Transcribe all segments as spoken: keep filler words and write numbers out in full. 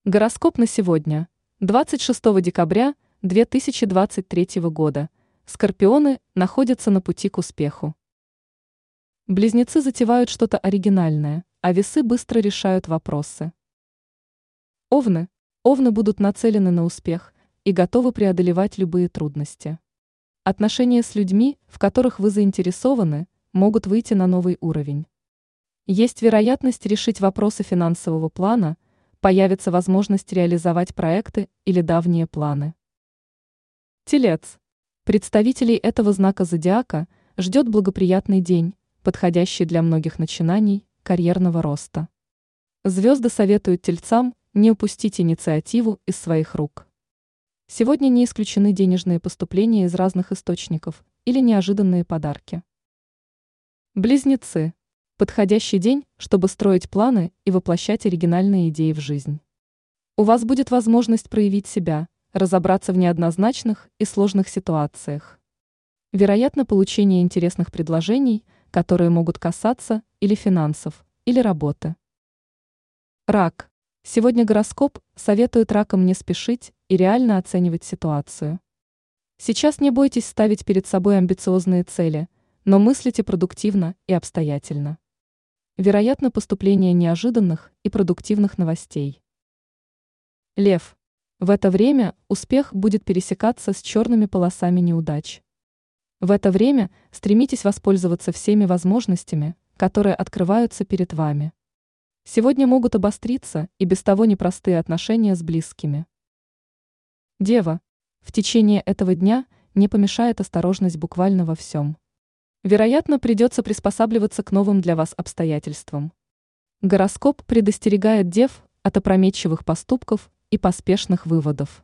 Гороскоп на сегодня, двадцать шестого декабря две тысячи двадцать третьего года. Скорпионы находятся на пути к успеху. Близнецы затевают что-то оригинальное, а весы быстро решают вопросы. Овны. Овны будут нацелены на успех и готовы преодолевать любые трудности. Отношения с людьми, в которых вы заинтересованы, могут выйти на новый уровень. Есть вероятность решить вопросы финансового плана, появится возможность реализовать проекты или давние планы. Телец. Представителей этого знака зодиака ждет благоприятный день, подходящий для многих начинаний, карьерного роста. Звезды советуют тельцам не упустить инициативу из своих рук. Сегодня не исключены денежные поступления из разных источников или неожиданные подарки. Близнецы. Подходящий день, чтобы строить планы и воплощать оригинальные идеи в жизнь. У вас будет возможность проявить себя, разобраться в неоднозначных и сложных ситуациях. Вероятно получение интересных предложений, которые могут касаться или финансов, или работы. Рак. Сегодня гороскоп советует ракам не спешить и реально оценивать ситуацию. Сейчас не бойтесь ставить перед собой амбициозные цели, но мыслите продуктивно и обстоятельно. Вероятно поступление неожиданных и продуктивных новостей. Лев. В это время успех будет пересекаться с черными полосами неудач. В это время стремитесь воспользоваться всеми возможностями, которые открываются перед вами. Сегодня могут обостриться и без того непростые отношения с близкими. Дева. В течение этого дня не помешает осторожность буквально во всем. Вероятно, придется приспосабливаться к новым для вас обстоятельствам. Гороскоп предостерегает дев от опрометчивых поступков и поспешных выводов.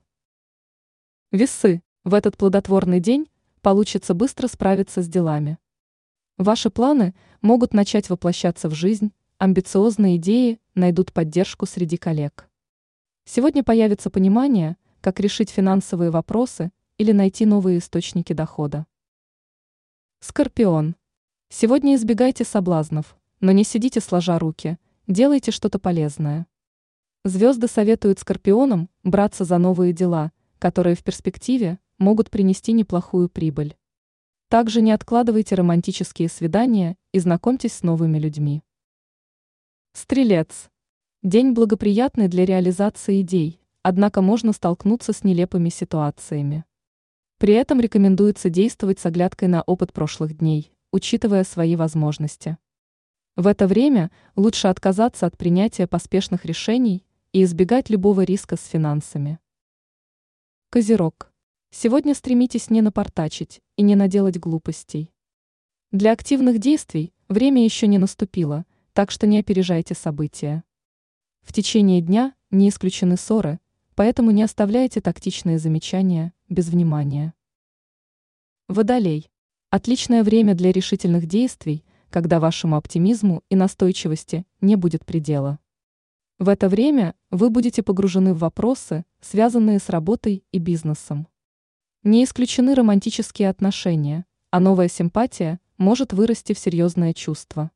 Весы. В этот плодотворный день получится быстро справиться с делами. Ваши планы могут начать воплощаться в жизнь, амбициозные идеи найдут поддержку среди коллег. Сегодня появится понимание, как решить финансовые вопросы или найти новые источники дохода. Скорпион. Сегодня избегайте соблазнов, но не сидите сложа руки, делайте что-то полезное. Звезды советуют скорпионам браться за новые дела, которые в перспективе могут принести неплохую прибыль. Также не откладывайте романтические свидания и знакомьтесь с новыми людьми. Стрелец. День благоприятный для реализации идей, однако можно столкнуться с нелепыми ситуациями. При этом рекомендуется действовать с оглядкой на опыт прошлых дней, учитывая свои возможности. В это время лучше отказаться от принятия поспешных решений и избегать любого риска с финансами. Козерог. Сегодня стремитесь не напортачить и не наделать глупостей. Для активных действий время еще не наступило, так что не опережайте события. В течение дня не исключены ссоры, поэтому не оставляйте тактичные замечания без внимания. Водолей. Отличное время для решительных действий, когда вашему оптимизму и настойчивости не будет предела. В это время вы будете погружены в вопросы, связанные с работой и бизнесом. Не исключены романтические отношения, а новая симпатия может вырасти в серьезное чувство.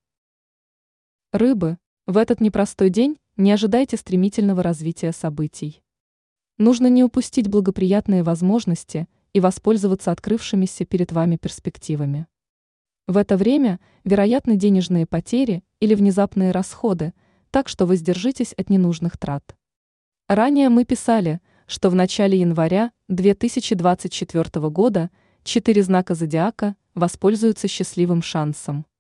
Рыбы. В этот непростой день не ожидайте стремительного развития событий. Нужно не упустить благоприятные возможности и воспользоваться открывшимися перед вами перспективами. В это время вероятны денежные потери или внезапные расходы, так что воздержитесь от ненужных трат. Ранее мы писали, что в начале января две тысячи двадцать четвёртого года четыре знака зодиака воспользуются счастливым шансом.